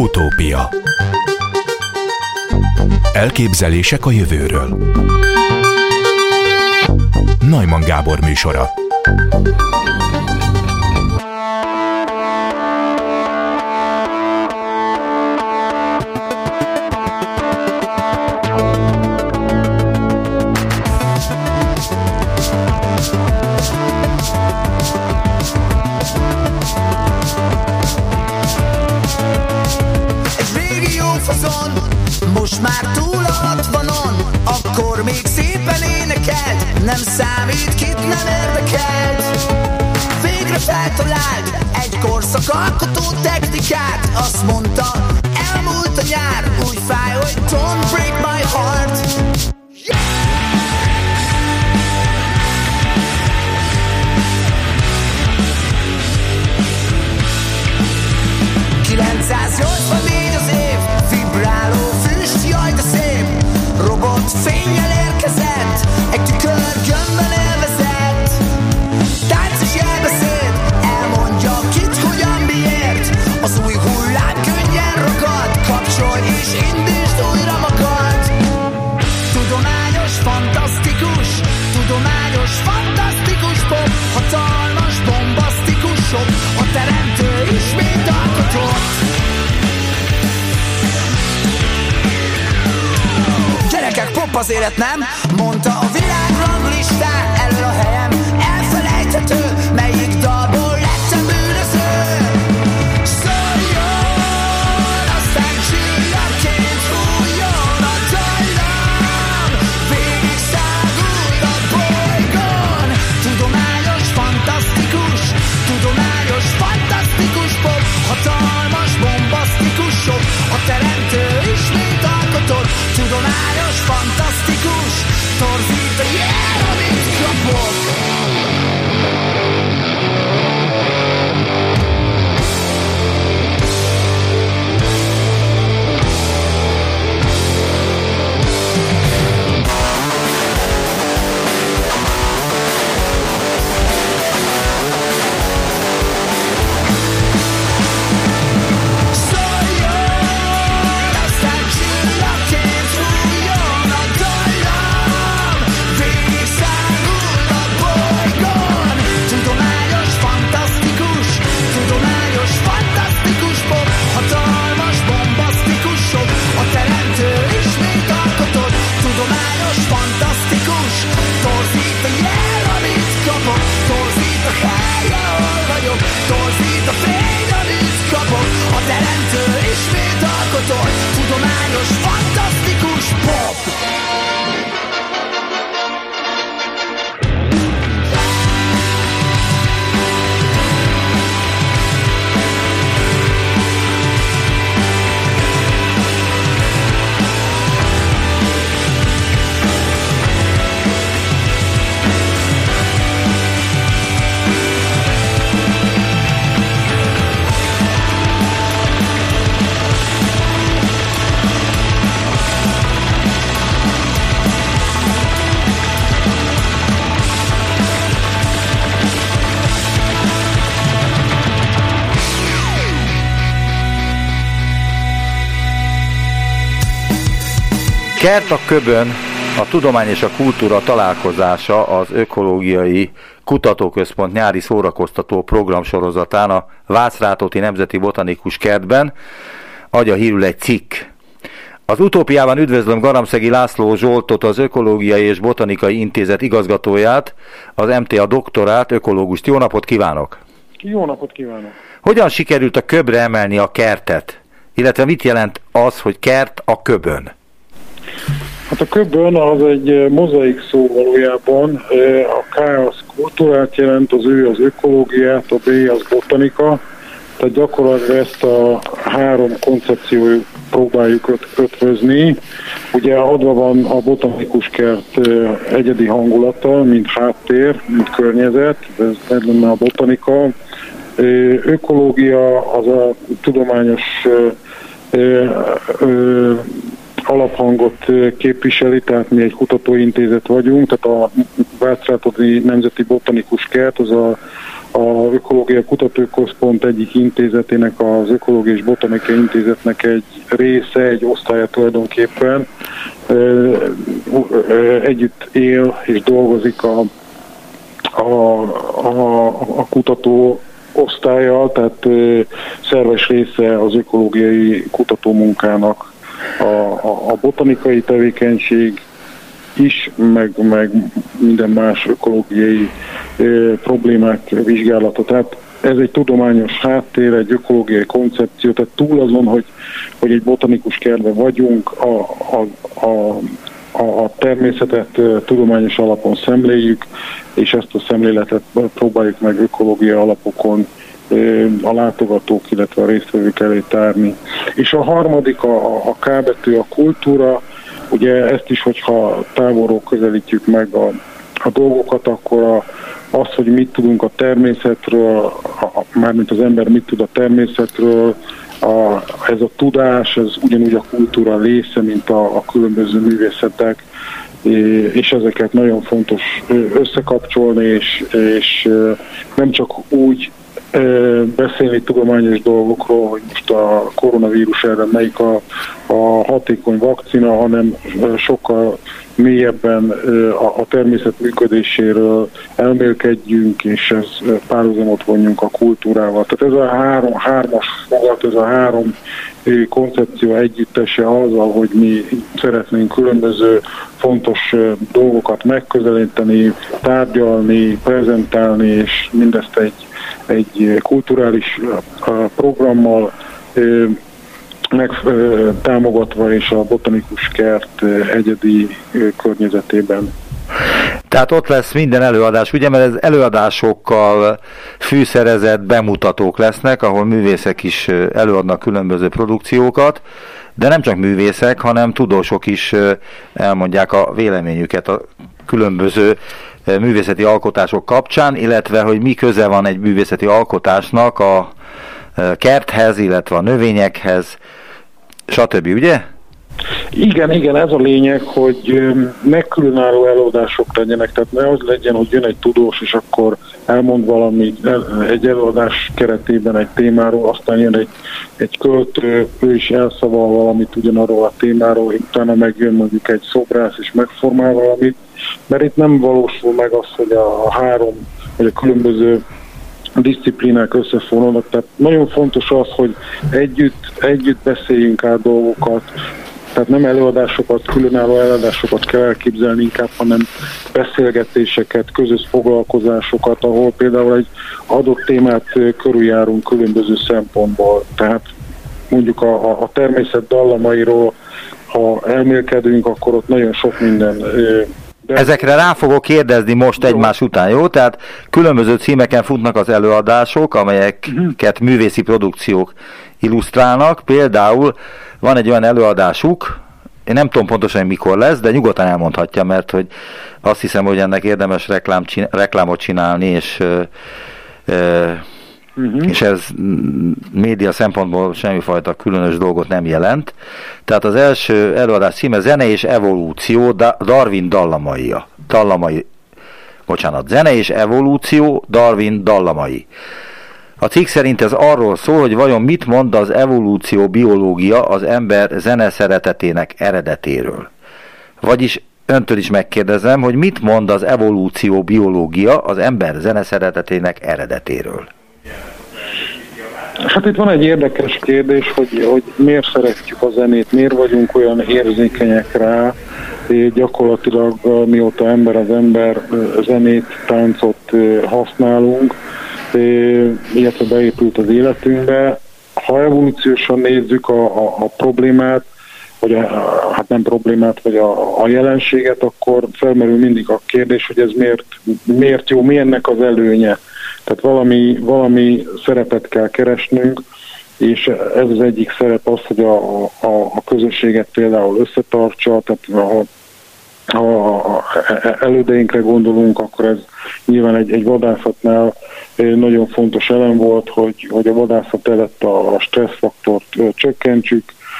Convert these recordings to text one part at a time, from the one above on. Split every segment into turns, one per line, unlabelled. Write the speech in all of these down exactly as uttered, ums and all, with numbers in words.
Utópia. Elképzelések a jövőről. Neumann Gábor műsora.
Most már túl a hatvanon, akkor még szépen énekelt, nem számít, kit nem érdekelt. Végre feltalált egy korszakalkotó technikát, azt mondta, elmúlt a nyár, úgy fáj, hogy don't break my heart. kilencszáznyolcvannégy az év, vibráló füst, jaj de szép. Robot fénnyel érkezett, egy tükör gömbben élvezett. Táncos jelbeszéd, elmondja kit, hogyan, miért. Az új hullám könnyen ragad, kapcsolj és indítsd újra magad. Tudományos, fantasztikus, tudományos, fantasztikus pop. Hatalmas, bombasztikus sok, a teremtő ismét alkotott. Gyerekek, pop az élet, nem? Mondta a világranglistán, elő a helyem, elfelejthető, melyik dalból lettem bűnöző. Szóljon, aztán csillagként fújjon a dallam, végig száguld a bolygón. Tudományos, fantasztikus, tudományos, fantasztikus pop, hatalmas, bombasztikus sok, a teremtő ismét alkotott. Tudományos, fantasztikus, torzít a jel, amit kapok. Tudományos, fantasztikus pop!
Kert a Köbön, a tudomány és a kultúra találkozása az Ökológiai Kutatóközpont nyári szórakoztató programsorozatán a Vácrátóti Nemzeti Botanikus Kertben, adja hírül egy cikk. Az Utópiában üdvözlöm Garamszegi László Zsoltot, az Ökológiai és Botanikai Intézet igazgatóját, az em té á doktorát, ökológust. Jó napot kívánok!
Jó napot kívánok!
Hogyan sikerült a Köbre emelni a kertet? Illetve mit jelent az, hogy kert a Köbön?
Hát a Köbön az egy mozaik szó valójában, a K az kultúrát jelent, az Ö az ökológiát, a B az botanika, tehát gyakorlatilag ezt a három koncepciót próbáljuk ötvözni. Ugye adva van a botanikus kert egyedi hangulata, mint háttér, mint környezet, ez lenne a botanika. Ökológia az a tudományos alaphangot képviseli, tehát mi egy kutatóintézet vagyunk, tehát a Vácrátóti Nemzeti Botanikus Kert, az a, a Ökológia Kutatóközpont egyik intézetének, az Ökológiai és Botanikai Intézetnek egy része, egy osztálya tulajdonképpen. Együtt él és dolgozik a, a, a, a kutató osztállyal, tehát szerves része az ökológiai kutatómunkának a, a, a botanikai tevékenység is, meg, meg minden más ökológiai e, problémák vizsgálata. Tehát ez egy tudományos háttér, egy ökológiai koncepció, tehát túl azon, hogy, hogy egy botanikus kertben vagyunk, a, a, a, a, a természetet tudományos alapon szemléljük, és ezt a szemléletet próbáljuk meg ökológiai alapokon a látogatók, illetve a résztvevők elé tárni. És a harmadik, a, a K betű, a kultúra. Ugye ezt is, hogyha távolról közelítjük meg a, a dolgokat, akkor a, az, hogy mit tudunk a természetről, a, mármint az ember mit tud a természetről, a, ez a tudás, ez ugyanúgy a kultúra része, mint a, a különböző művészetek, és ezeket nagyon fontos összekapcsolni, és, és nem csak úgy beszélni tudományos dolgokról, hogy most a koronavírus ellen melyik a, a hatékony vakcina, hanem sokkal mélyebben a, a természet működéséről elmélkedjünk, és ez párhuzamot vonjunk a kultúrával. Tehát ez a három, hármas fogat, ez a három koncepció együttese azzal, hogy mi szeretnénk különböző fontos dolgokat megközelíteni, tárgyalni, prezentálni, és mindezt egy egy kulturális programmal meg támogatva, és a botanikus kert egyedi környezetében.
Tehát ott lesz minden előadás, ugye, mert ez előadásokkal fűszerezett bemutatók lesznek, ahol művészek is előadnak különböző produkciókat, de nem csak művészek, hanem tudósok is elmondják a véleményüket a különböző művészeti alkotások kapcsán, illetve hogy mi köze van egy művészeti alkotásnak a kerthez, illetve a növényekhez, stb. Ugye?
Igen, igen, ez a lényeg, hogy megkülönálló előadások legyenek, tehát ne az legyen, hogy jön egy tudós, és akkor elmond valami egy előadás keretében egy témáról, aztán jön egy, egy költő, ő is elszaval valamit ugyanarról a témáról, utána megjön mondjuk egy szobrász, és megformál valamit, mert itt nem valósul meg az, hogy a, a három, vagy a különböző diszciplínák összefonulnak. Tehát nagyon fontos az, hogy együtt, együtt beszéljünk át dolgokat, tehát nem előadásokat, különálló előadásokat kell elképzelni inkább, hanem beszélgetéseket, közös foglalkozásokat, ahol például egy adott témát körüljárunk különböző szempontból. Tehát mondjuk a, a természet dallamairól, ha elmélkedünk, akkor ott nagyon sok minden... De...
Ezekre rá fogok kérdezni most egymás után, jó? Tehát különböző címeken futnak az előadások, amelyeket művészi produkciók illusztrálnak. Például van egy olyan előadásuk, én nem tudom pontosan, mikor lesz, de nyugodtan elmondhatja, mert hogy azt hiszem, hogy ennek érdemes reklám, reklámot csinálni, és, uh-huh. és ez média szempontból semmifajta különös dolgot nem jelent. Tehát az első előadás címe Zene és evolúció, Darwin dallamai. dallamai. Bocsánat, Zene és evolúció, Darwin dallamai. A cikk szerint ez arról szól, hogy vajon mit mond az evolúció biológia az ember zene szeretetének eredetéről. Vagyis öntől is megkérdezem, hogy mit mond az evolúció biológia az ember zene szeretetének eredetéről.
Hát itt van egy érdekes kérdés, hogy, hogy miért szeretjük a zenét, miért vagyunk olyan érzékenyek rá, gyakorlatilag mióta ember az ember zenét, táncot használunk, illetve beépült az életünkbe. Ha evolúciósan nézzük a, a, a problémát, vagy a, hát nem problémát, vagy a, a jelenséget, akkor felmerül mindig a kérdés, hogy ez miért, miért jó, mi ennek az előnye. Tehát valami, valami szerepet kell keresnünk, és ez az egyik szerep az, hogy a, a, a közösséget például összetartsa, tehát ha, ha elődeinkre gondolunk, akkor ez nyilván egy, egy vadászatnál nagyon fontos elem volt, hogy, hogy a vadászat előtt a, a stresszfaktort csökkentsük,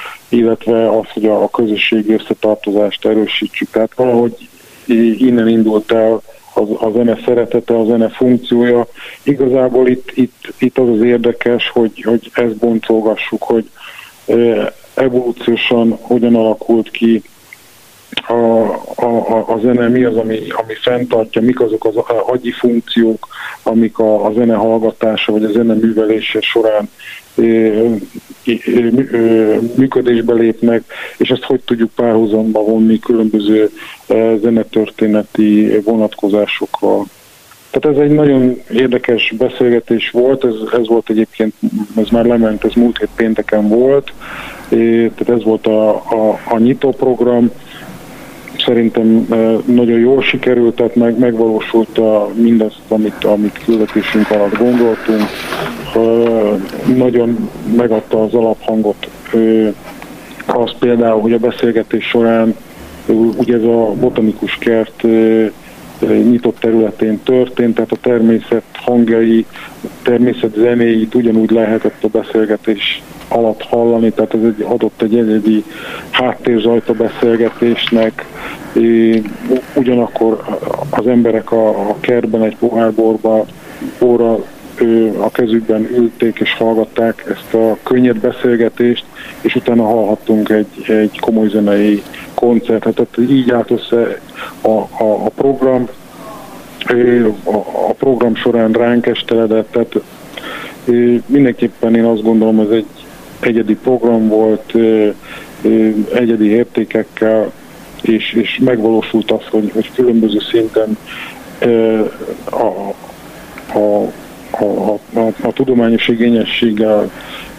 illetve az, hogy a közösségi összetartozást erősítsük. Tehát valahogy innen indult el az, a zene szeretete, a zene funkciója. Igazából itt, itt, itt az az érdekes, hogy, hogy ezt boncolgassuk, hogy evolúciósan hogyan alakult ki a, a, a zene, mi az, ami, ami fenntartja, mik azok az agyi funkciók, amik a, a zene hallgatása vagy a zene művelése során ö, ö, ö, működésbe lépnek, és ezt hogy tudjuk párhuzamba vonni különböző ö, zenetörténeti vonatkozásokkal. Tehát ez egy nagyon érdekes beszélgetés volt, ez, ez volt egyébként, ez már lement, ez múlt hét pénteken volt, tehát ez volt a, a, a nyitóprogram. Szerintem nagyon jól sikerült, tehát meg, megvalósult a, mindazt, amit, amit küldetésünk alatt gondoltunk. Nagyon megadta az alaphangot az például, hogy a beszélgetés során ugye ez a botanikus kert nyitott területén történt, tehát a természet hangjai, természet zenéit ugyanúgy lehetett a beszélgetés alatt hallani, tehát ez egy, adott egy egyedi háttérzajt a beszélgetésnek. Ugyanakkor az emberek a, a kertben egy pohárborba, óra a kezükben ülték és hallgatták ezt a könnyed beszélgetést, és utána hallhattunk egy, egy komoly zenei koncertet. Tehát így állt össze a, a, a program, a, a program során ránk esteledett, tehát mindenképpen én azt gondolom, ez egy egyedi program volt, egyedi értékekkel, és, és megvalósult az, hogy, hogy különböző szinten a, a, a, a, a, a tudományos igényességgel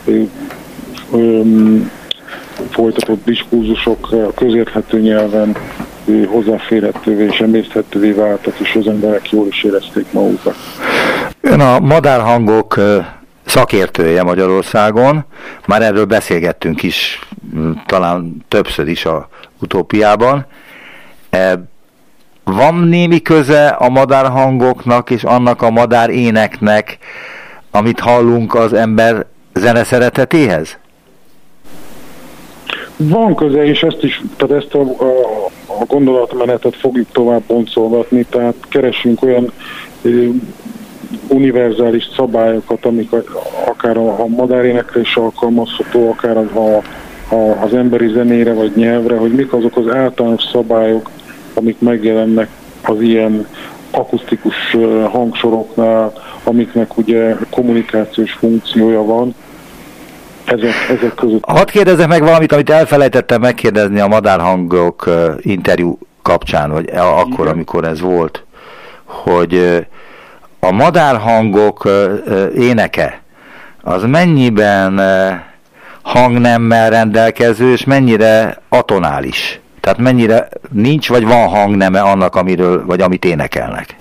folytatott diskurzusok közérthető nyelven hozzáférhetővé és emészthetővé váltak, és az emberek jól is érezték magukat.
Ön a madárhangok szakértője Magyarországon, már erről beszélgettünk is, talán többször is a Utópiában. Van némi köze a madárhangoknak és annak a madáréneknek, amit hallunk, az ember zene szeretetéhez? Van köze, és ezt is, tehát ezt a, a, a gondolatmenetet fogjuk tovább boncolgatni, tehát keresünk olyan ö, univerzális szabályokat, amik a, akár a, a madárénekre is alkalmazható, akár a, a, a, az emberi zenére vagy nyelvre, hogy mik azok az általános szabályok, amik megjelennek az ilyen akusztikus hangsoroknál, amiknek ugye kommunikációs funkciója van. Ezek, ezek között. Hadd kérdezzek meg valamit, amit elfelejtettem megkérdezni a madárhangok interjú kapcsán, vagy akkor, igen, amikor ez volt, hogy a madárhangok éneke az mennyiben hangnemmel rendelkező, és mennyire atonális? Tehát mennyire nincs, vagy van hangneme annak, amiről, vagy amit énekelnek?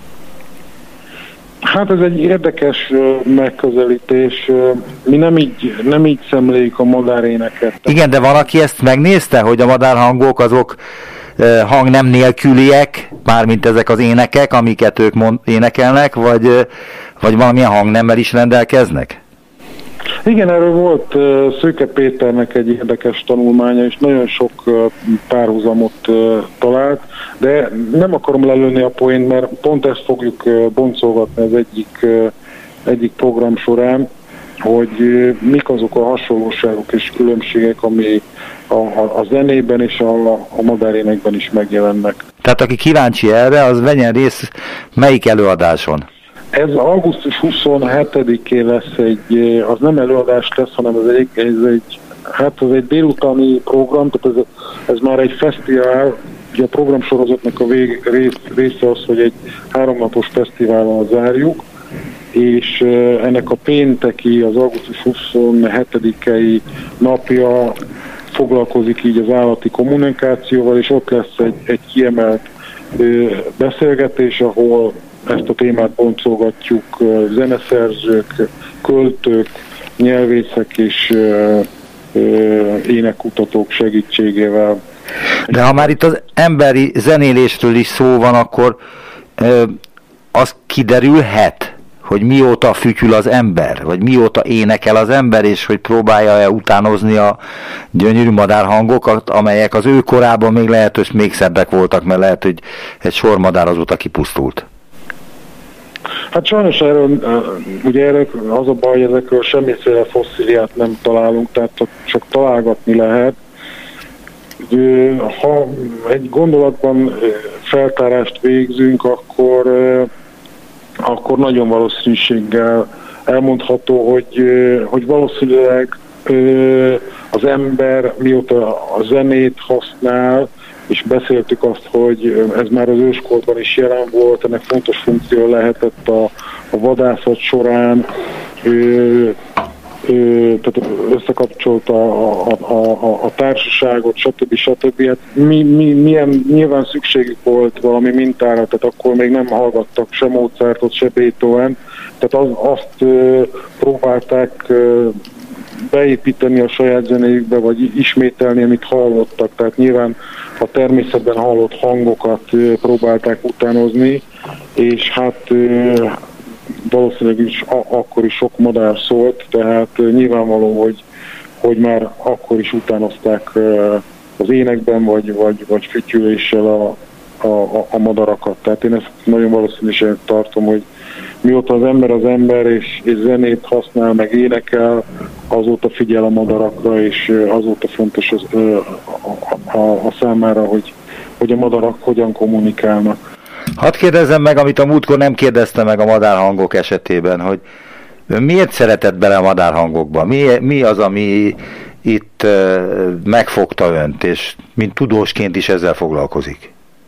Hát ez egy érdekes megközelítés. Mi nem így, nem így szemléljük a madáréneket.
Igen, de van, aki ezt megnézte, hogy a madárhangok azok hangnem nélküliek, mármint ezek az énekek, amiket ők mond, énekelnek, vagy, vagy valamilyen hangnemmel is rendelkeznek?
Igen, erről volt uh, Szőke Péternek egy érdekes tanulmánya, és nagyon sok uh, párhuzamot uh, talált, de nem akarom lelőni a poént, mert pont ezt fogjuk uh, boncolgatni az egyik, uh, egyik program során, hogy uh, mik azok a hasonlóságok és különbségek, ami a, a, a zenében és a, a madárénekben is megjelennek.
Tehát aki kíváncsi erre, az vegyen részt melyik előadáson?
Ez augusztus huszonhetedikén lesz egy, az nem előadás lesz, hanem ez egy, ez egy, hát ez egy délutáni program, tehát ez, ez már egy fesztivál, ugye a programsorozatnak a vég, rész, része az, hogy egy háromnapos fesztivállal zárjuk, és ennek a pénteki, az augusztus huszonhetedikei napja foglalkozik így az állati kommunikációval, és ott lesz egy, egy kiemelt beszélgetés, ahol ezt a témát boncolgatjuk zeneszerzők, költők, nyelvészek és énekkutatók segítségével.
De ha már itt az emberi zenélésről is szó van, akkor az kiderülhet, hogy mióta fütyül az ember, vagy mióta énekel az ember, és hogy próbálja-e utánozni a gyönyörű madárhangokat, amelyek az ő korában még lehet, hogy még szebbek voltak, mert lehet, hogy egy sor madár azóta kipusztult.
Hát sajnos erről, ugye erről az a baj, hogy ezekről semmiféle fosszíliát nem találunk, tehát csak találgatni lehet. Ha egy gondolatban feltárást végzünk, akkor, akkor nagyon valószínűséggel elmondható, hogy, hogy valószínűleg az ember mióta a zenét használ, és beszéltük azt, hogy ez már az őskorban is jelen volt, ennek fontos funkció lehetett a, a vadászat során, ö, ö, tehát összekapcsolta a, a, a, a társaságot, stb. stb. Hát mi, mi, milyen, nyilván szükségük volt valami mintára, tehát akkor még nem hallgattak se Mozartot, se Beethoven, tehát az, azt ö, próbálták ö, beépíteni a saját zenéjükbe, vagy ismételni, amit hallottak. Tehát nyilván a természetben hallott hangokat próbálták utánozni, és hát valószínűleg is akkor is sok madár szólt, tehát nyilvánvaló, hogy, hogy már akkor is utánozták az énekben, vagy, vagy, vagy fütyüléssel a, a, a madarakat. Tehát én ezt nagyon valószínűleg tartom, hogy mióta az ember az ember, és, és zenét használ, meg énekel, azóta figyel a madarakra, és azóta fontos az, a, a, a számára, hogy, hogy a madarak hogyan kommunikálnak.
Hadd kérdezzem meg, amit a múltkor nem kérdezte meg a madárhangok esetében, hogy miért szeretett bele a madárhangokba? Mi, mi az, ami itt megfogta önt, és mint tudósként is ezzel foglalkozik?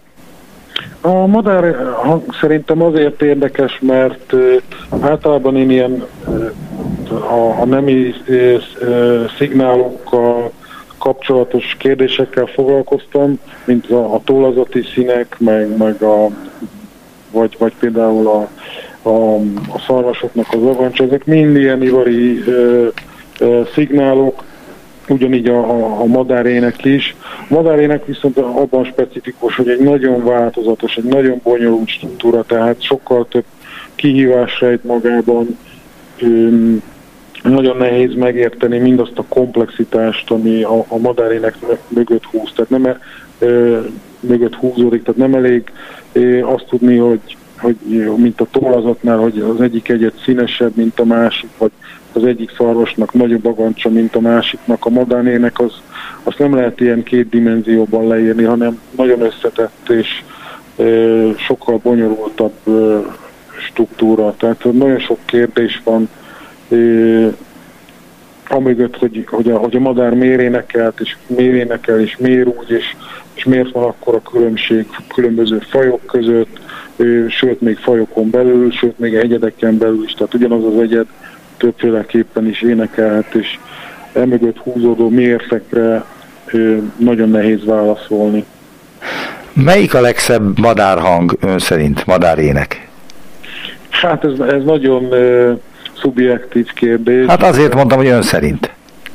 A madár hang szerintem azért érdekes, mert uh, általában én ilyen uh, a, a nemi uh, szignálokkal kapcsolatos kérdésekkel foglalkoztam, mint a, a tollazati színek, meg, meg a, vagy, vagy például a, a, a szarvasoknak az agancsa, ezek mind ilyen ivari uh, uh, szignálok, ugyanígy a, a, a madárének is. A madárének viszont abban specifikus, hogy egy nagyon változatos, egy nagyon bonyolult struktúra, tehát sokkal több kihívás rejt magában. Üm, nagyon nehéz megérteni mindazt a komplexitást, ami a, a madárének mögött húz. Tehát nem ö, mögött húzódik, tehát nem elég ö, azt tudni, hogy, hogy mint a tollazatnál, hogy az egyik egyet színesebb, mint a másik, vagy az egyik szarvasnak nagyobb agancsa, mint a másiknak. A madárének az, azt nem lehet ilyen két dimenzióban leírni, hanem nagyon összetett és ö, sokkal bonyolultabb ö, struktúra. Tehát nagyon sok kérdés van, ö, amögött, hogy, hogy, a, hogy a madár miért énekelt, és miért énekel, és miért úgy, és, és miért van akkor a különbség különböző fajok között, ö, sőt még fajokon belül, sőt még egyedeken belül is. Tehát ugyanaz az egyed többféleképpen is énekelhet, és emögött húzódó miértekre nagyon nehéz válaszolni.
Melyik a legszebb madárhang ön szerint, madárének?
Hát ez, ez nagyon uh, szubjektív kérdés.
Hát azért mondtam, hogy ön szerint.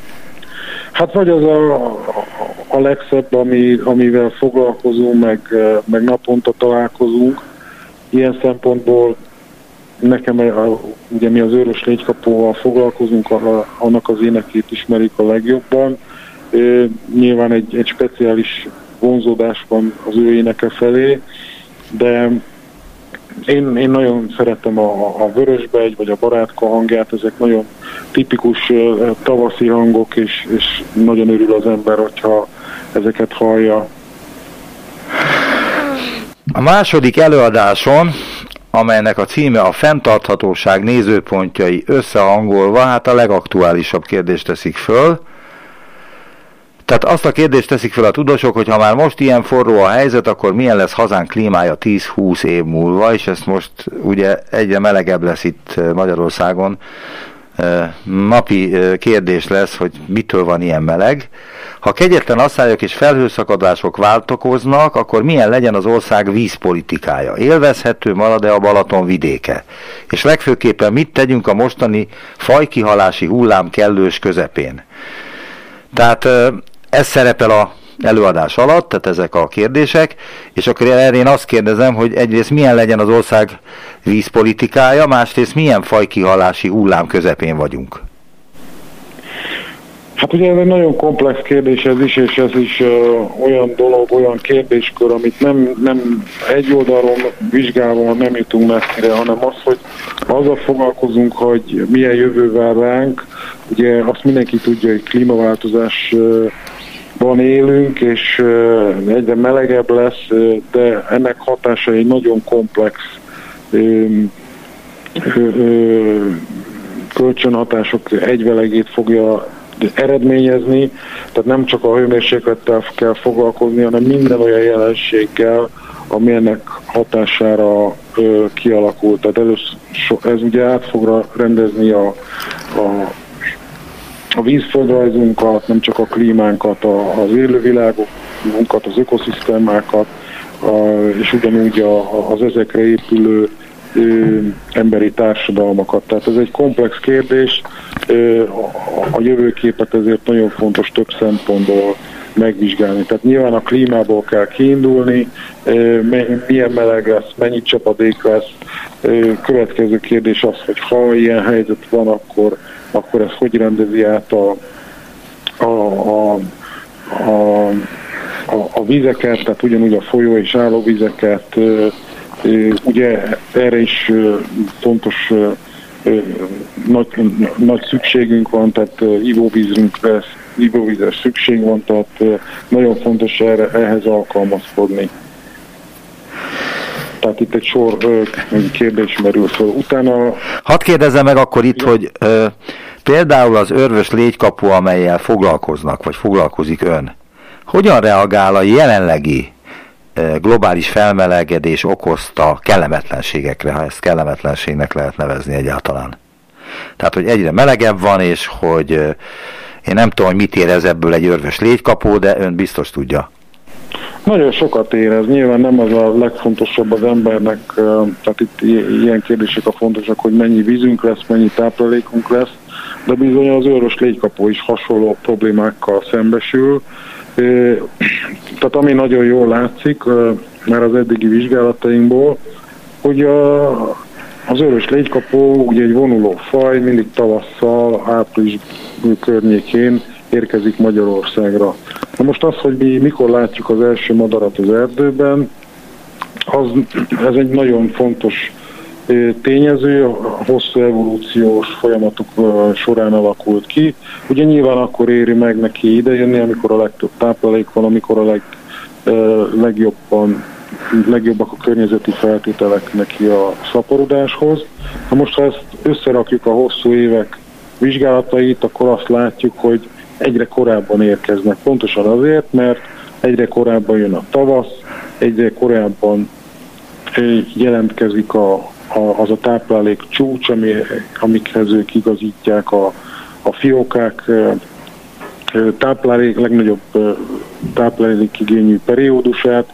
Hát vagy az a, a legszebb, ami, amivel foglalkozunk, meg, meg naponta találkozunk. Ilyen szempontból nekem, a, ugye mi az Őrös Légykapóval foglalkozunk, a, annak az énekét ismerik a legjobban. E, nyilván egy, egy speciális vonzódás van az ő éneke felé, de én, én nagyon szeretem a, a Vörösbegy vagy a Barátka hangját, ezek nagyon tipikus uh, tavaszi hangok, és, és nagyon örül az ember, hogyha ezeket hallja.
A második előadáson, amelynek a címe a fenntarthatóság nézőpontjai összehangolva, hát a legaktuálisabb kérdést teszik föl. Tehát azt a kérdést teszik föl a tudósok, hogy ha már most ilyen forró a helyzet, akkor milyen lesz hazánk klímája tíz-húsz év múlva, és ezt most ugye egyre melegebb lesz itt Magyarországon. Napi kérdés lesz, hogy mitől van ilyen meleg. Ha kegyetlen asszályok és felhőszakadások váltakoznak, akkor milyen legyen az ország vízpolitikája? Élvezhető marad-e a Balaton vidéke? És legfőképpen mit tegyünk a mostani fajkihalási hullám kellős közepén? Tehát ez szerepel a előadás alatt, tehát ezek a kérdések, és akkor erre én azt kérdezem, hogy egyrészt milyen legyen az ország vízpolitikája, másrészt milyen fajkihalási hullám közepén vagyunk.
Hát ugye ez egy nagyon komplex kérdés ez is, és ez is uh, olyan dolog, olyan kérdéskör, amit nem, nem egy oldalról vizsgálva nem jutunk messzire, hanem az, hogy azzal foglalkozunk, hogy milyen jövő vár ránk. Ugye azt mindenki tudja, hogy klímaváltozásban élünk, és uh, egyre melegebb lesz, de ennek hatásai nagyon komplex um, um, kölcsönhatások egyvelegét fogja eredményezni, tehát nem csak a hőmérséklettel kell foglalkozni, hanem minden olyan jelenséggel, ami ennek hatására ö, kialakult. Tehát először, ez ugye át fogra rendezni a, a, a vízföldrajzunkat, nem csak a klímánkat, a, az élővilágunkat, az ökoszisztémákat, a, és ugyanúgy a, az ezekre épülő ö, emberi társadalmakat. Tehát ez egy komplex kérdés, ö, a, a jövőképet ezért nagyon fontos több szempontból megvizsgálni. Tehát nyilván a klímából kell kiindulni, ö, milyen meleg lesz, mennyi csapadék lesz. Ö, következő kérdés az, hogy ha ilyen helyzet van, akkor, akkor ez hogy rendezi át a, a, a, a, a, a vizeket, tehát ugyanúgy a folyó és állóvizeket. Ö, Ugye erre is fontos, nagy, nagy szükségünk van, tehát ivóvízünkre, ivóvízre szükség van, tehát nagyon fontos erre, ehhez alkalmazkodni. Tehát itt egy sor kérdés merül fel. Utána...
Hadd kérdezzem meg akkor itt, ja. hogy ö, például az Örvös légykapu, amellyel foglalkoznak, vagy foglalkozik ön, hogyan reagál a jelenlegi globális felmelegedés okozta kellemetlenségekre, ha ezt kellemetlenségnek lehet nevezni egyáltalán. Tehát, hogy egyre melegebb van, és hogy én nem tudom, hogy mit érez ebből egy Örvös légykapu, de ön biztos tudja.
Nagyon sokat érez. Nyilván nem az a legfontosabb az embernek, tehát itt ilyen kérdések a fontosak, hogy mennyi vízünk lesz, mennyi táplálékunk lesz, de bizony az Örvös légykapu is hasonló problémákkal szembesül. Tehát ami nagyon jól látszik, már az eddigi vizsgálatainkból, hogy a, az Örvös légykapu ugye egy vonuló faj, mindig tavasszal, április környékén érkezik Magyarországra. Na most az, hogy mi mikor látjuk az első madarat az erdőben, az, ez egy nagyon fontos tényező, a hosszú evolúciós folyamatok során alakult ki. Ugye nyilván akkor éri meg neki idejönni, amikor a legtöbb táplálék van, amikor a leg, legjobban, legjobbak a környezeti feltételek neki a szaporodáshoz. Na most, ha ezt összerakjuk a hosszú évek vizsgálatait, akkor azt látjuk, hogy egyre korábban érkeznek. Pontosan azért, mert egyre korábban jön a tavasz, egyre korábban jelentkezik a az a táplálék csúcs, ami, amikhez ők igazítják a, a fiókák táplálék, legnagyobb táplálékigényű periódusát.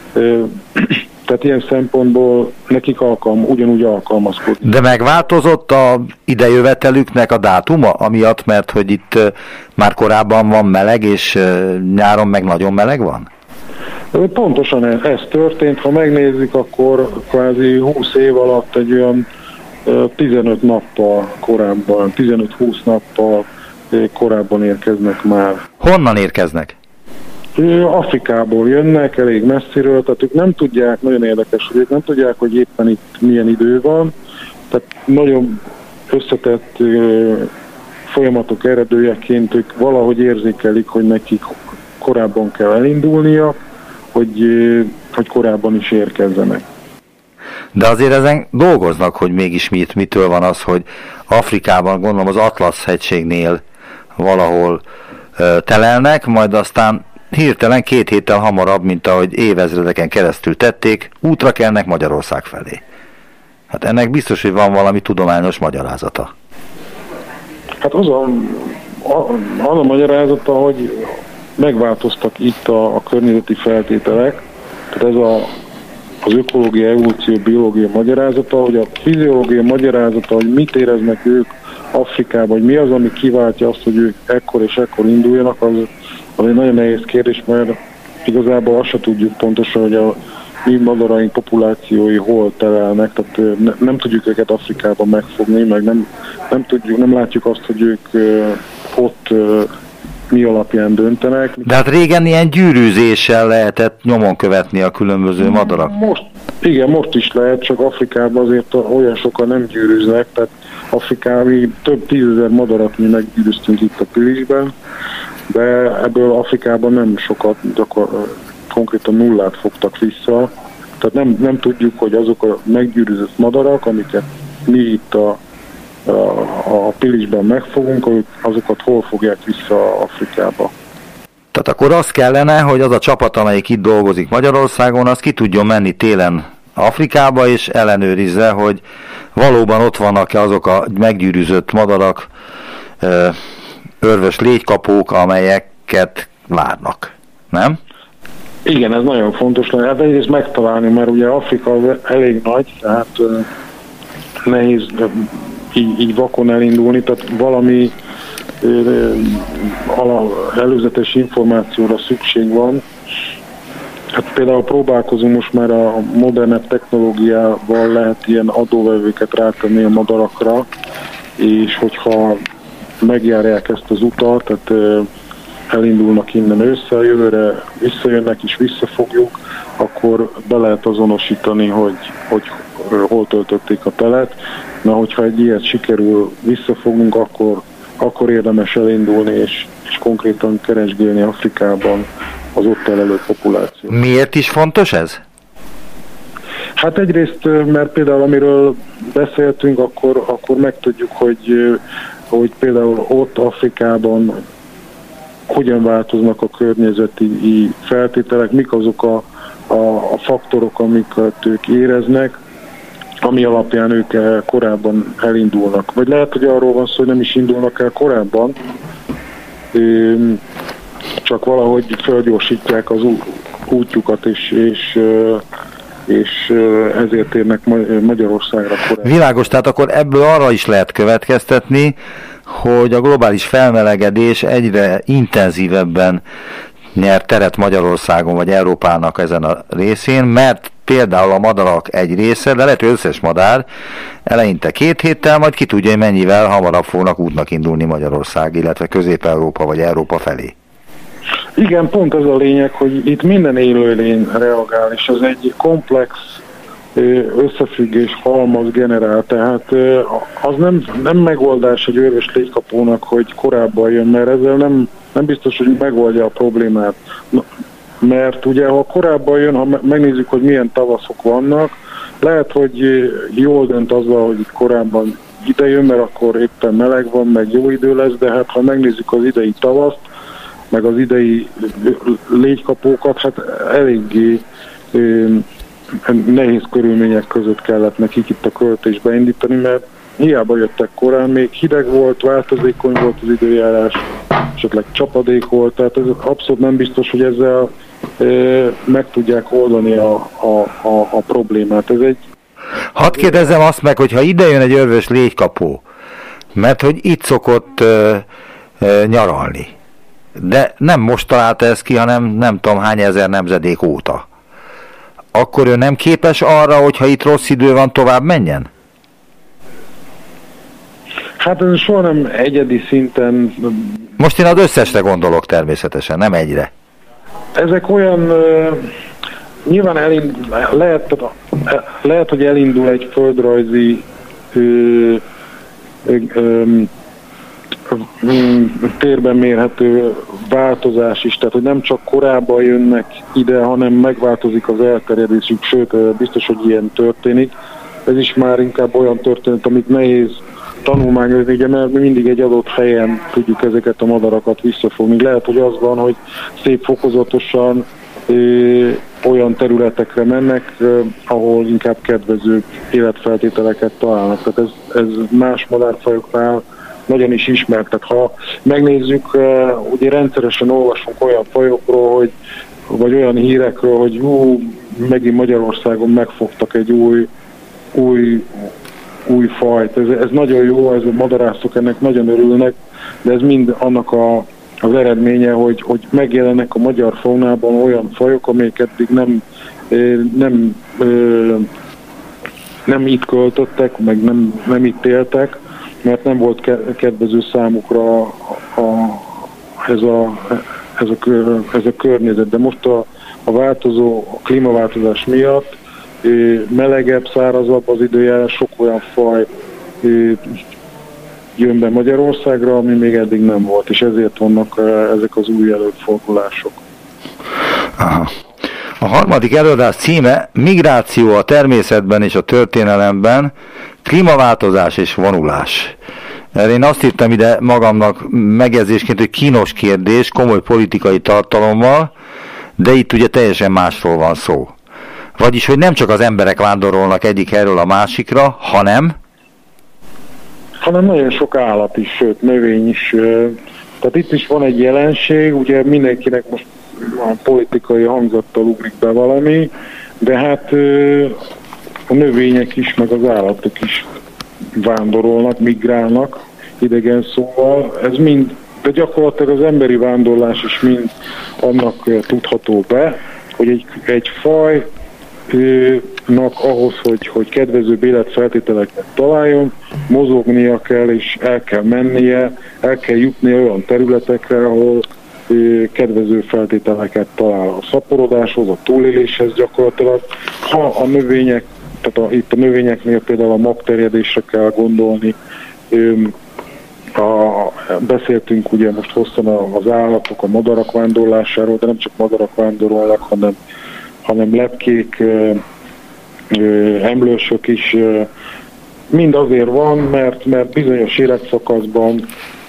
Tehát ilyen szempontból nekik alkalm, ugyanúgy alkalmazkodni.
De megváltozott a idejövetelüknek a dátuma, amiatt, mert hogy itt már korábban van meleg, és nyáron meg nagyon meleg van?
Pontosan ez, ez történt, ha megnézzük, akkor kvázi húsz év alatt egy olyan tizenöt nappal korábban, tizenöt-húsz nappal korábban érkeznek már.
Honnan érkeznek?
Afrikából jönnek, elég messziről, tehát ők nem tudják, nagyon érdekes, hogy ők nem tudják, hogy éppen itt milyen idő van, tehát nagyon összetett folyamatok eredőjeként ők valahogy érzékelik, hogy nekik korábban kell elindulnia, Hogy, hogy korábban is érkezzenek.
De azért ezen dolgoznak, hogy mégis mit, mitől van az, hogy Afrikában, gondolom az Atlasz-hegységnél valahol ö, telelnek, majd aztán hirtelen két héttel hamarabb, mint ahogy évezredeken keresztül tették, útra kelnek Magyarország felé. Hát ennek biztos, hogy van valami tudományos magyarázata.
Hát az a, a, az a magyarázata, hogy megváltoztak itt a, a környezeti feltételek, tehát ez a, az ökológia, evolúció, biológia magyarázata, hogy a fiziológia magyarázata, hogy mit éreznek ők Afrikában, hogy mi az, ami kiváltja azt, hogy ők ekkor és ekkor induljanak, az, az egy nagyon nehéz kérdés, mert igazából azt se tudjuk pontosan, hogy a mi madaraink populációi hol telelnek, tehát ne, nem tudjuk őket Afrikában megfogni, meg nem, nem tudjuk, nem látjuk azt, hogy ők ott mi alapján döntenek.
De hát régen ilyen gyűrűzéssel lehetett nyomon követni a különböző madarak.
Most, igen, most is lehet, csak Afrikában azért olyan sokan nem gyűrűznek, tehát Afrikában több tízezer madarat mi meggyűrűztünk itt a Pilisben, de ebből Afrikában nem sokat, gyakor, konkrétan nullát fogtak vissza. Tehát nem, nem tudjuk, hogy azok a meggyűrűzött madarak, amiket mi itt a, a, a Pilisben megfogunk, azokat hol fogják vissza Afrikába.
Tehát akkor az kellene, hogy az a csapat, amelyik itt dolgozik Magyarországon, az ki tudjon menni télen Afrikába, és ellenőrizze, hogy valóban ott vannak-e azok a meggyűrűzött madarak, örvös légykapók, amelyeket várnak, nem?
Igen, ez nagyon fontos lenne. Hát egyrészt megtalálni, mert ugye Afrika elég nagy, tehát nehéz így, így vakon elindulni, tehát valami előzetes információra szükség van. Hát például próbálkozunk most már a modernebb technológiával, lehet ilyen adóvevőket rátenni a madarakra, és hogyha megjárják ezt az utat, tehát elindulnak innen össze, jövőre visszajönnek és visszafogjuk, akkor be lehet azonosítani, hogy, hogy hol töltötték a telet. Na, hogyha egy ilyet sikerül visszafogunk, akkor, akkor érdemes elindulni és, és konkrétan keresgélni Afrikában az ott telelő populáció.
Miért is fontos ez?
Hát egyrészt, mert például amiről beszéltünk, akkor, akkor megtudjuk, hogy, hogy például ott Afrikában hogyan változnak a környezeti feltételek, mik azok a, a, a faktorok, amiket ők éreznek, ami alapján ők korábban elindulnak. Vagy lehet, hogy arról van szó, hogy nem is indulnak el korábban, csak valahogy felgyorsítják az útjukat, és, és, és ezért érnek Magyarországra korábban.
Világos, tehát akkor ebből arra is lehet következtetni, hogy a globális felmelegedés egyre intenzívebben nyer teret Magyarországon vagy Európának ezen a részén, mert például a madarak egy része, de lehet, hogy összes madár eleinte két héttel, majd ki tudja, hogy mennyivel hamarabb fognak útnak indulni Magyarország, illetve Közép-Európa vagy Európa felé.
Igen, pont ez a lényeg, hogy itt minden élőlény reagál, és ez egy komplex összefüggés halmaz generál, tehát az nem, nem megoldás egy örvös légykapónak, hogy korábban jön, mert ezzel nem, nem biztos, hogy megoldja a problémát. Mert ugye, ha korábban jön, ha megnézzük, hogy milyen tavaszok vannak, lehet, hogy jól dönt azzal, hogy itt korábban ide jön, mert akkor éppen meleg van, meg jó idő lesz, de hát ha megnézzük az idei tavaszt, meg az idei légykapókat, hát eléggé nehéz körülmények között kellett nekik itt a költésbe indítani, mert hiába jöttek korán, még hideg volt, változékony volt az időjárás, esetleg csapadék volt, tehát ez abszolút nem biztos, hogy ezzel e, meg tudják oldani a, a, a, a problémát. Ez egy...
Hadd kérdezzem azt meg, hogyha ide jön egy örvös légykapó, mert hogy itt szokott e, e, nyaralni, de nem most találta ezt ki, hanem nem tudom hány ezer nemzedék óta. Akkor ő nem képes arra, hogyha itt rossz idő van, tovább menjen?
Hát ez soha nem egyedi szinten...
Most én az összesre gondolok természetesen, nem egyre.
Ezek olyan... Uh, nyilván elindul, lehet, lehet, hogy elindul egy földrajzi uh, um, térben mérhető változás is, tehát hogy nem csak korábban jönnek ide, hanem megváltozik az elterjedésük, sőt biztos, hogy ilyen történik. Ez is már inkább olyan történet, amit nehéz tanulmányozni, ugye, mert mi mindig egy adott helyen tudjuk ezeket a madarakat visszafogni. Lehet, hogy az van, hogy szép fokozatosan ö, olyan területekre mennek, ö, ahol inkább kedvező életfeltételeket találnak. Tehát ez, ez más madárfajoknál nagyon is ismert. Tehát ha megnézzük, ugye rendszeresen olvasunk olyan fajokról, hogy, vagy olyan hírekről, hogy hú, megint Magyarországon megfogtak egy új, új új fajt. Ez, ez nagyon jó, ez a madarászok ennek nagyon örülnek, de ez mind annak a, az eredménye, hogy, hogy megjelennek a magyar faunában olyan fajok, amelyek eddig nem, nem, nem itt költöttek, meg nem, nem itt éltek, mert nem volt kedvező számukra a, a, ez, a, ez, a, ez a környezet. De most a, a változó a klímaváltozás miatt melegebb, szárazabb az időjárás, sok olyan faj jön be Magyarországra, ami még eddig nem volt, és ezért vannak ezek az új előfordulások.
Aha. A harmadik előadás címe Migráció a természetben és a történelemben, klímaváltozás és vonulás. Én azt írtam ide magamnak megjegyzésként, hogy kínos kérdés, komoly politikai tartalommal, de itt ugye teljesen másról van szó. Vagyis, hogy nem csak az emberek vándorolnak egyik helyről a másikra, hanem...
hanem nagyon sok állat is, sőt, növény is. Tehát itt is van egy jelenség, ugye mindenkinek most a politikai hangzattal ugrik be valami, de hát a növények is, meg az állatok is vándorolnak, migrálnak, idegen szóval. Ez mind, de gyakorlatilag az emberi vándorlás is mind annak tudható be, hogy egy, egy fajnak ahhoz, hogy, hogy kedvezőbb életfeltételeket találjon, mozognia kell és el kell mennie, el kell jutnia olyan területekre, ahol kedvező feltételeket talál a szaporodáshoz, a túléléshez gyakorlatilag. Ha a növények, tehát a, itt a növényeknél például a magterjedésre kell gondolni, a, beszéltünk ugye most hosszan az állatok, a madarak vándorlásáról, de nem csak madarak vándorolnak, hanem, hanem lepkék, emlősök is. Mind azért van, mert, mert bizonyos életszakaszban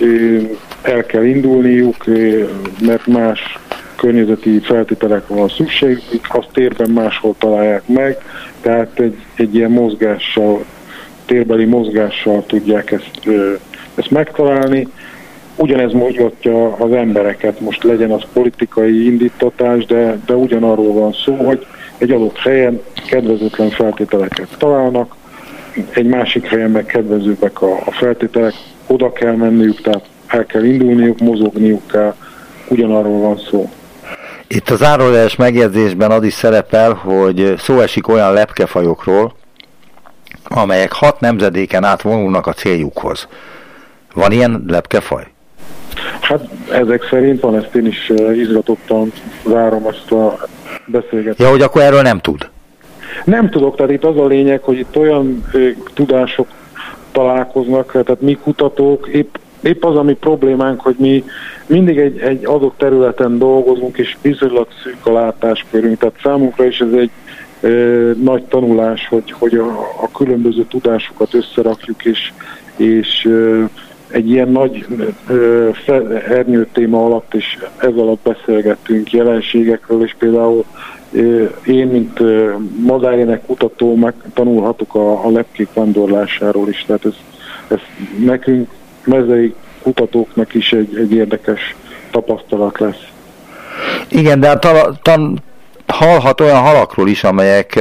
el kell indulniuk, mert más környezeti feltételekre van szükségük, azt térben máshol találják meg, tehát egy, egy ilyen mozgással, térbeli mozgással tudják ezt, ezt megtalálni. Ugyanez mozgatja az embereket, most legyen az politikai indítatás, de, de ugyanarról van szó, hogy egy adott helyen kedvezőtlen feltételeket találnak, egy másik helyen meg kedvezőbbek a, a feltételek, oda kell menniük, tehát el kell indulniuk, mozogniuk kell, ugyanarról van szó.
Itt az zárójeles megjegyzésben az is szerepel, hogy szó esik olyan lepkefajokról, amelyek hat nemzedéken át vonulnak a céljukhoz. Van ilyen lepkefaj?
Hát ezek szerint van, ezt én is izgatottan várom ezt a beszélgetést.
Ja, hogy akkor erről nem tud?
Nem tudok, tehát itt az a lényeg, hogy itt olyan ö, tudások találkoznak, tehát mi kutatók, épp, épp az, ami problémánk, hogy mi mindig egy, egy adott területen dolgozunk, és viszonylag szűk a látáskörünk, tehát számunkra is ez egy ö, nagy tanulás, hogy, hogy a, a különböző tudásokat összerakjuk, és, és ö, egy ilyen nagy ö, ernyő téma alatt, és ez alatt beszélgettünk jelenségekről, és például ö, én, mint ö, madárének kutató, megtanulhatok a, a lepkék vándorlásáról is, tehát ez, ez nekünk, mezei kutatóknak is egy, egy érdekes tapasztalat lesz.
Igen, de ta, ta, hallhat olyan halakról is, amelyek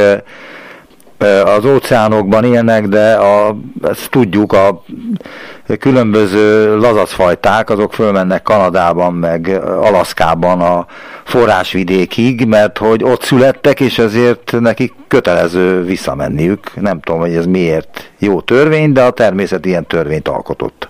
az óceánokban élnek, de a, ezt tudjuk, a különböző lazacfajták, azok fölmennek Kanadában, meg Alaszkában a forrásvidékig, mert hogy ott születtek, és ezért nekik kötelező visszamenniük. Nem tudom, hogy ez miért jó törvény, de a természet ilyen törvényt alkotott.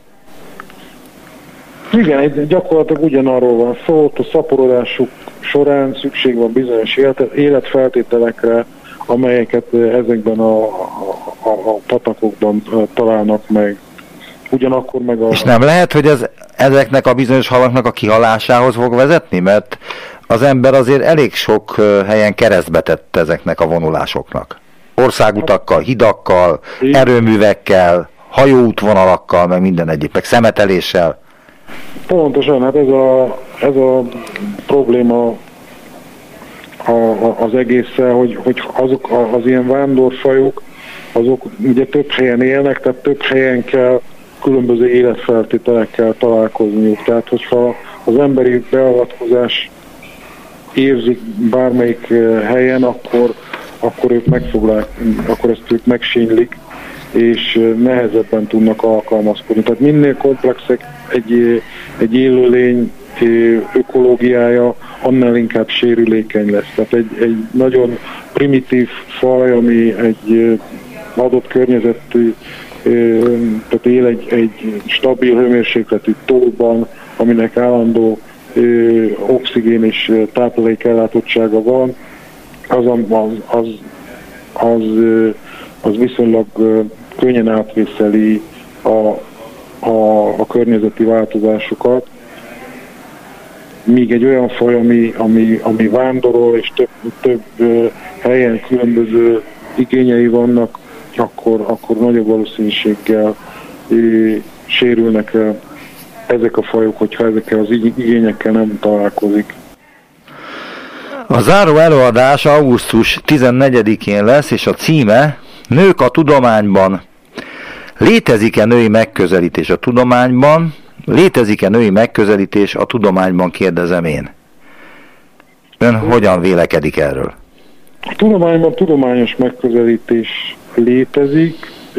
Igen, gyakorlatilag ugyanarról van szó, a szaporodásuk során szükség van bizonyos életfeltételekre, amelyeket ezekben a, a, a patakokban találnak meg. Ugyanakkor meg a...
És nem lehet, hogy ez ezeknek a bizonyos halaknak a kihalásához fog vezetni? Mert az ember azért elég sok helyen keresztbe tett ezeknek a vonulásoknak. Országutakkal, hidakkal, erőművekkel, hajóútvonalakkal, meg minden egyéb, meg szemeteléssel.
Pontosan, hát ez a, ez a probléma a, a, az egésszel, hogy, hogy azok az ilyen vándorfajok, azok ugye több helyen élnek, tehát több helyen kell különböző életfeltételekkel találkozniuk. Tehát, hogyha az emberi beavatkozás érzik bármelyik helyen, akkor, akkor ők megfoglák, akkor ezt ők megsínylik, és nehezebben tudnak alkalmazkodni. Tehát minél komplexek egy, egy élőlény ökológiája, annál inkább sérülékeny lesz. Tehát egy, egy nagyon primitív faj, ami egy adott környezetű, tehát él egy, egy stabil hőmérsékletű tóban, aminek állandó oxigén és táplálékellátottsága van, az, az, az, az, az viszonylag könnyen átvészeli a, a, a környezeti változásokat, míg egy olyan faj, ami, ami, ami vándorol és több, több helyen különböző igényei vannak, akkor, akkor nagyobb valószínűséggel sérülnek ezek a fajok, hogyha ezekkel az igényekkel nem találkozik.
A záró előadás augusztus tizennegyedikén lesz, és a címe Nők a tudományban. Létezik-e női megközelítés a tudományban? Létezik-e női megközelítés a tudományban, kérdezem én. Ön hogyan vélekedik erről?
A tudományban tudományos megközelítés létezik.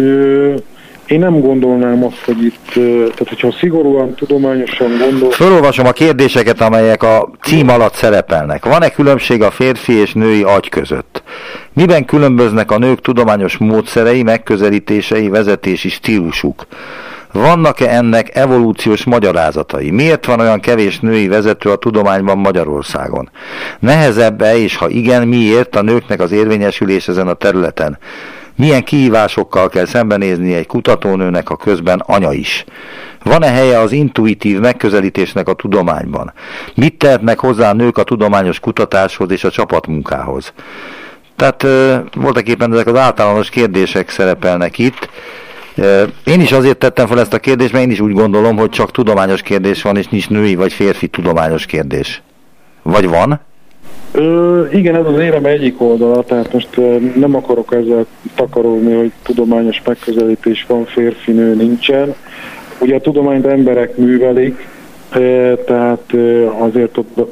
Én nem gondolnám azt, hogy itt, tehát hogyha szigorúan tudományosan gondol...
Felolvasom a kérdéseket, amelyek a cím alatt szerepelnek. Van-e különbség a férfi és női agy között? Miben különböznek a nők tudományos módszerei, megközelítései, vezetési stílusuk? Vannak-e ennek evolúciós magyarázatai? Miért van olyan kevés női vezető a tudományban Magyarországon? Nehezebb-e, és ha igen, miért a nőknek az érvényesülés ezen a területen? Milyen kihívásokkal kell szembenézni egy kutatónőnek, a közben anya is? Van-e helye az intuitív megközelítésnek a tudományban? Mit tehetnek hozzá a nők a tudományos kutatáshoz és a csapatmunkához? Tehát voltak éppen ezek az általános kérdések szerepelnek itt. Én is azért tettem fel ezt a kérdést, mert én is úgy gondolom, hogy csak tudományos kérdés van, és nincs női vagy férfi tudományos kérdés. Vagy van?
Ö, igen, ez az érem egyik oldala, tehát most nem akarok ezzel takarolni, hogy tudományos megközelítés van, férfi-nő nincsen. Ugye a tudományt emberek művelik, tehát azért ott,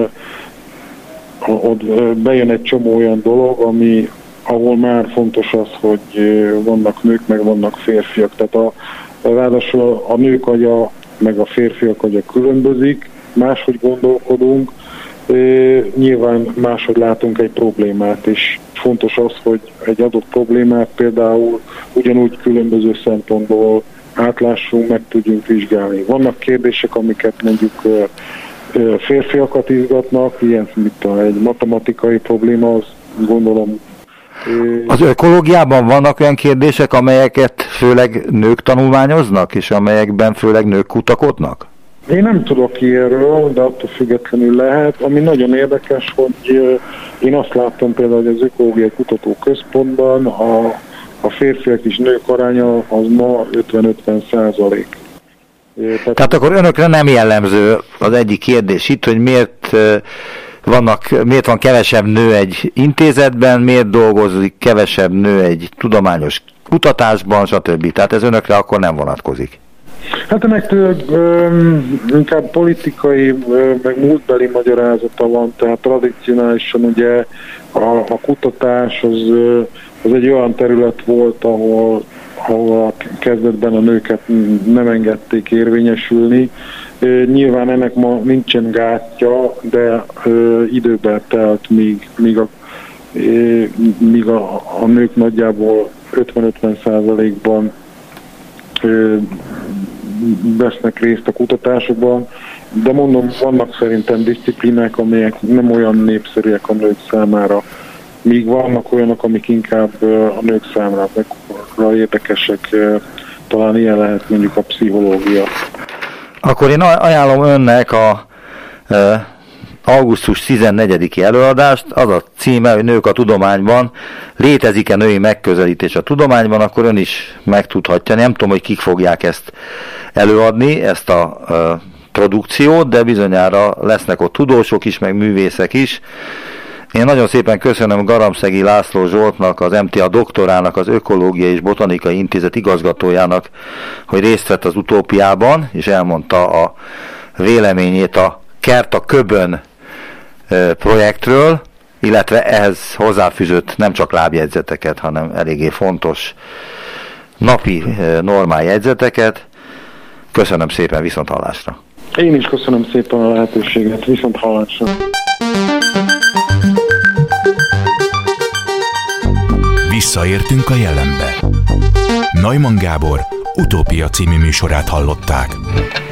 ott bejön egy csomó olyan dolog, ami, ahol már fontos az, hogy vannak nők, meg vannak férfiak. Tehát a, ráadásul a nők agya, meg a férfiak agya különbözik, máshogy gondolkodunk, nyilván máshogy látunk egy problémát, és fontos az, hogy egy adott problémát például ugyanúgy különböző szempontból átlássunk, meg tudjunk vizsgálni. Vannak kérdések, amiket mondjuk férfiakat izgatnak, ilyen, mint egy matematikai probléma, az gondolom.
Az ökológiában vannak olyan kérdések, amelyeket főleg nők tanulmányoznak, és amelyekben főleg nők kutakodnak?
Én nem tudok ilyenről, de attól függetlenül lehet. Ami nagyon érdekes, hogy én azt láttam például, hogy az Ökológiai Kutatóközpontban a, a férfiak és nők aránya az ma ötven-ötven százalék.
Tehát, Tehát akkor önökre nem jellemző az egyik kérdés itt, hogy miért vannak, miért van kevesebb nő egy intézetben, miért dolgozik kevesebb nő egy tudományos kutatásban, stb. Tehát ez önökre akkor nem vonatkozik.
Hát ennek inkább politikai, meg múltbeli magyarázata van, tehát tradicionálisan ugye a, a kutatás az, az egy olyan terület volt, ahol, ahol a kezdetben a nőket nem engedték érvényesülni. Nyilván ennek ma nincsen gátja, de időben telt, míg, míg, a, míg a, a nők nagyjából ötven-ötven százalékban vesznek részt a kutatásokban, de mondom, vannak szerintem diszciplínák, amelyek nem olyan népszerűek a nők számára, míg vannak olyanok, amik inkább a nők számára érdekesek, talán ilyen lehet mondjuk a pszichológia.
Akkor én ajánlom önnek a e, augusztus tizennegyediki előadást, az a címe, hogy Nők a tudományban, létezik-e női megközelítés a tudományban, akkor ön is megtudhatja. Nem tudom, hogy kik fogják ezt előadni, ezt a e, produkciót, de bizonyára lesznek ott tudósok is, meg művészek is. Én nagyon szépen köszönöm Garamszegi László Zsoltnak, az em té á doktorának, az Ökológiai és Botanikai Intézet igazgatójának, hogy részt vett az Utópiában, és elmondta a véleményét a Kert a Köbön projektről, illetve ehhez hozzáfűzött nem csak lábjegyzeteket, hanem eléggé fontos napi normál jegyzeteket. Köszönöm szépen, viszont hallásra.
Én is köszönöm szépen a lehetőséget, viszont hallásra.
Visszaértünk a jelenbe. Neumann Gábor Utópia című műsorát hallották.